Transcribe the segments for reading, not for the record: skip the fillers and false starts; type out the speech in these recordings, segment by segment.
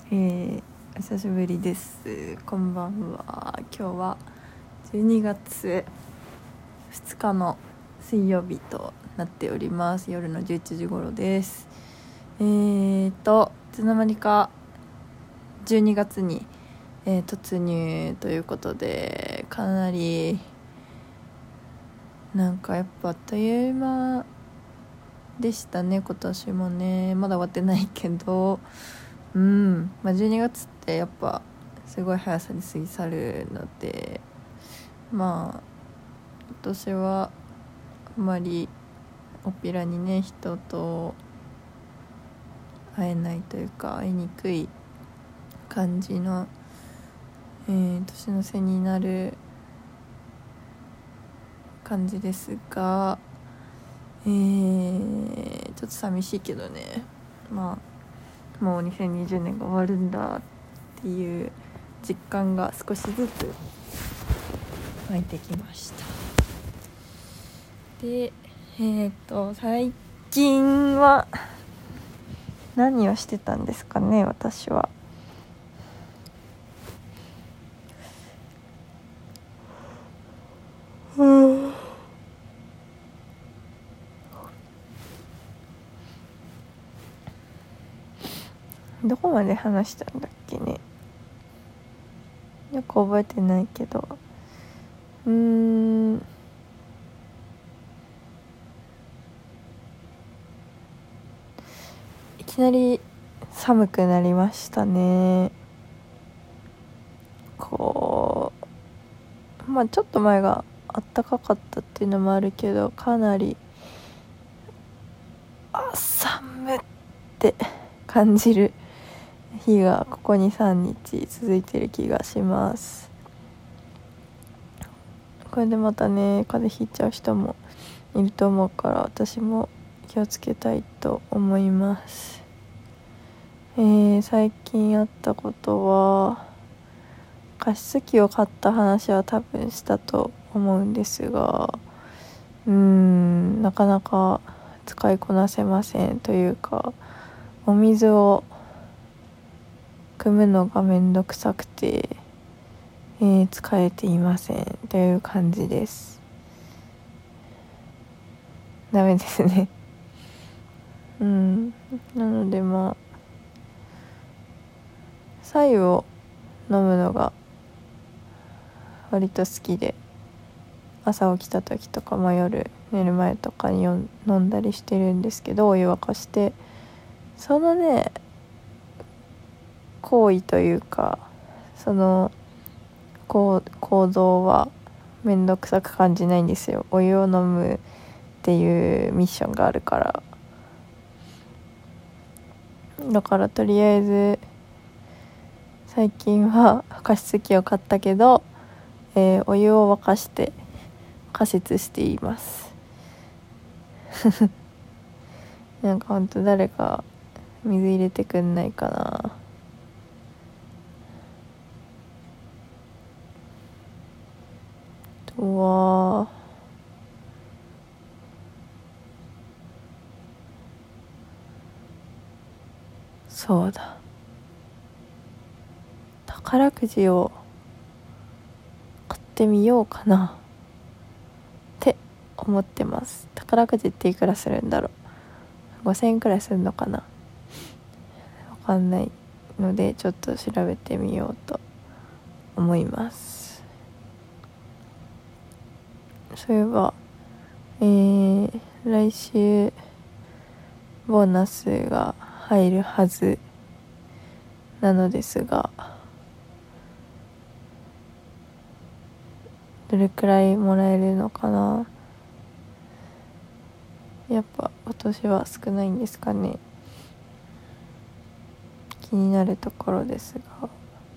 お久しぶりです。こんばんは。今日は12月2日の水曜日となっております。夜の11時頃です。いつの間にか12月に、突入ということで、かなりなんかやっぱあっという間でしたね。今年もね、まだ終わってないけど、12月ってやっぱすごい速さに過ぎ去るので、今年はあまりおっぴらにね、人と会えないというか、会いにくい感じの、年の瀬になる感じですが、ちょっと寂しいけどね、もう2020年が終わるんだっていう実感が少しずつ湧いてきました。で、最近は何をしてたんですかね。私はどこまで話したんだっけね、よく覚えてないけど、いきなり寒くなりましたね。ちょっと前が暖かかったっていうのもあるけど、かなり寒って感じる日がここ 2,3 日続いてる気がします。これでまたね、風邪ひいちゃう人もいると思うから、私も気をつけたいと思います。最近あったことは、加湿器を買った話は多分したと思うんですが、なかなか使いこなせませんというか、お水を汲むのがめんどくさくて、使えていませんという感じです。ダメですね。なので白湯を飲むのが割と好きで、朝起きた時とか、夜寝る前とかに飲んだりしてるんですけど、お湯沸かして、そのね行為というか、その行動はめんどくさく感じないんですよ。お湯を飲むっていうミッションがあるから。だからとりあえず最近は加湿器を買ったけど、お湯を沸かして加湿しています。なんかほんと誰か水入れてくんないかな。あとはそうだ、宝くじを買ってみようかなって思ってます。宝くじっていくらするんだろう。5,000円くらいするのかな、わかんないので、ちょっと調べてみようと思います。そういえば、来週ボーナスが入るはずなのですが、どれくらいもらえるのかな。やっぱ今年は少ないんですかね。気になるところですが、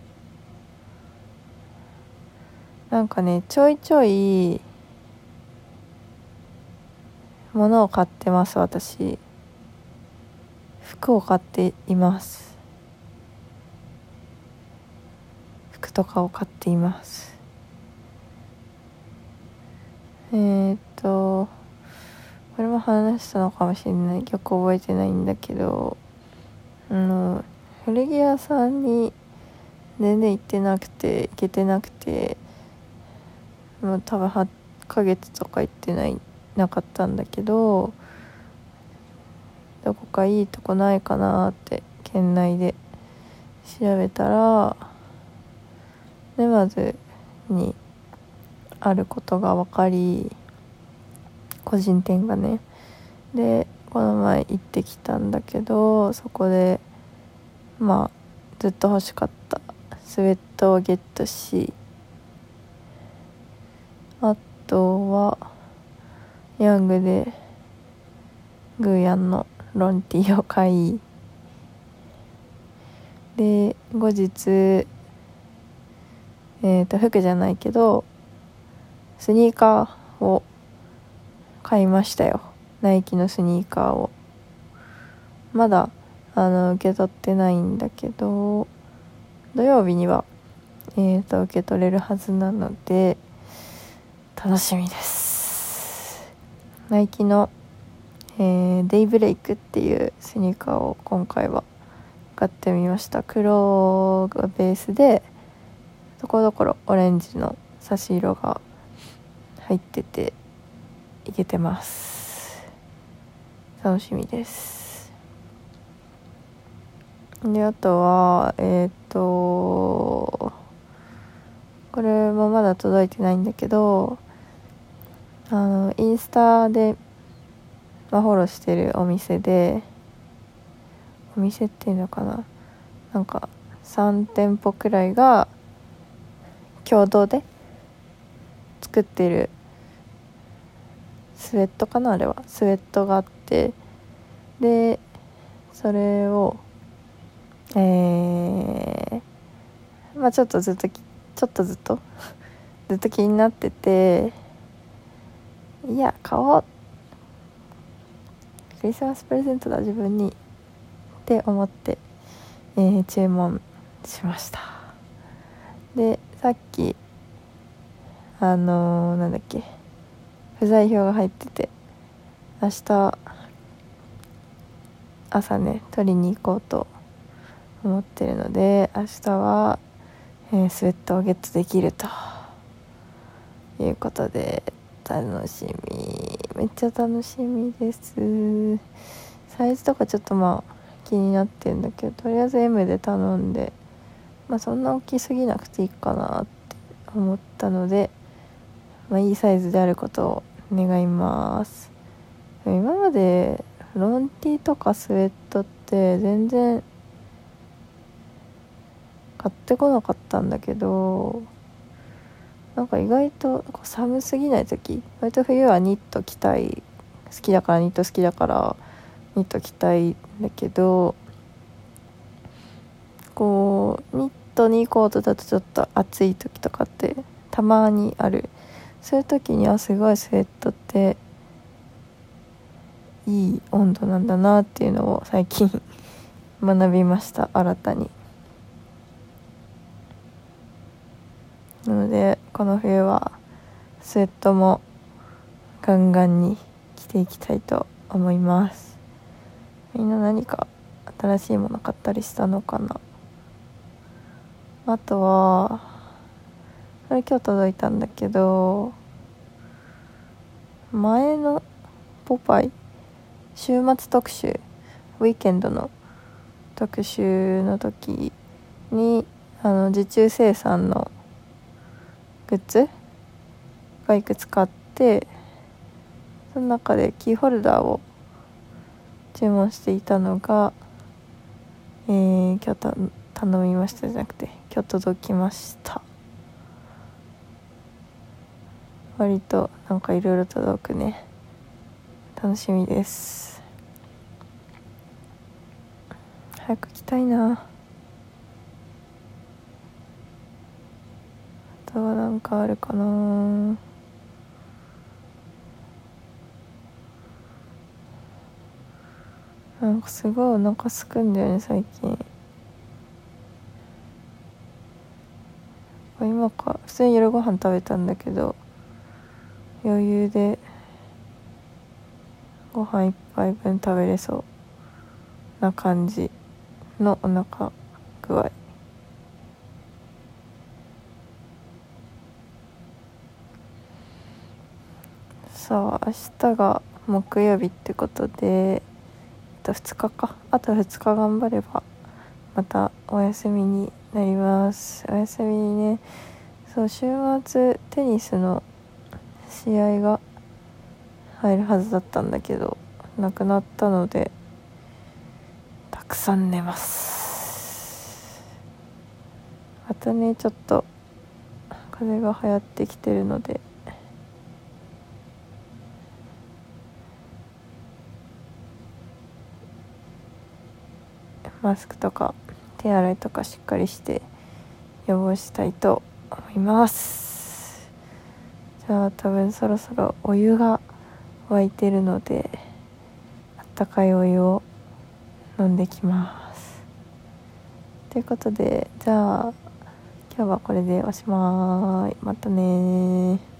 なんかね、ちょいちょい物を買ってます。私服を買っています。服とかを買っています。これも話したのかもしれない、よく覚えてないんだけど、フ古着屋さんに全然行けてなくて、もう多分8ヶ月とか行ってなかったんだけど、どこかいいとこないかなって県内で調べたら、沼津にあることが分かり、個人店がね。でこの前行ってきたんだけど、そこでずっと欲しかったスウェットをゲットし、あとはヤングでグーヤンのロンティーを買い、で後日服じゃないけどスニーカーを買いましたよ。ナイキのスニーカーをまだ受け取ってないんだけど、土曜日には受け取れるはずなので楽しみです。ナイキの、デイブレイクっていうスニーカーを今回は買ってみました。黒がベースでところどころオレンジの差し色が入ってていけてます。楽しみです。であとはこれもまだ届いてないんだけど、インスタで、フォローしてるお店っていうのかな、なんか3店舗くらいが共同で作ってるスウェットかな、あれはスウェットがあって、でそれをちょっとずっとずっと気になってて、いや買おう、クリスマスプレゼントだ自分にって思って、注文しました。でさっきなんだっけ、不在票が入ってて、明日朝ね取りに行こうと思ってるので、明日は、スウェットをゲットできるということでめっちゃ楽しみです。サイズとかちょっと気になってんだけど、とりあえず M で頼んで、そんな大きすぎなくていいかなって思ったので、いいサイズであることを願います。今までロンティとかスウェットって全然買ってこなかったんだけど、なんか意外と寒すぎない時、割と冬はニット着たい、ニット好きだからニット着たいんだけど、ニットにコートだとちょっと暑い時とかってたまにある。そういう時にはすごいスウェットっていい温度なんだなっていうのを最近学びました、新たに。なのでこの冬はスウェットもガンガンに着ていきたいと思います。みんな何か新しいもの買ったりしたのかな。あとはこれ今日届いたんだけど、前のポパイ週末特集、ウィーケンドの特集の時に受注生産のグッズがいくつかあって、その中でキーホルダーを注文していたのが、今日頼みましたじゃなくて今日届きました。割となんかいろいろ届くね。楽しみです。早く来たいな。あとはなんかあるかな。なんかすごいお腹すくんだよね最近。今か普通に夜ご飯食べたんだけど、余裕でご飯一杯分食べれそうな感じのお腹具合。さあ明日が木曜日ってことで2日か、あと2日頑張ればまたお休みになります。お休みにね、そう週末テニスの試合が入るはずだったんだけどなくなったのでたくさん寝ます。またねちょっと風邪が流行ってきてるのでマスクとか手洗いとかしっかりして予防したいと思います。じゃあ多分そろそろお湯が沸いてるのであったかいお湯を飲んできます。ということでじゃあ今日はこれでおしまい。またね。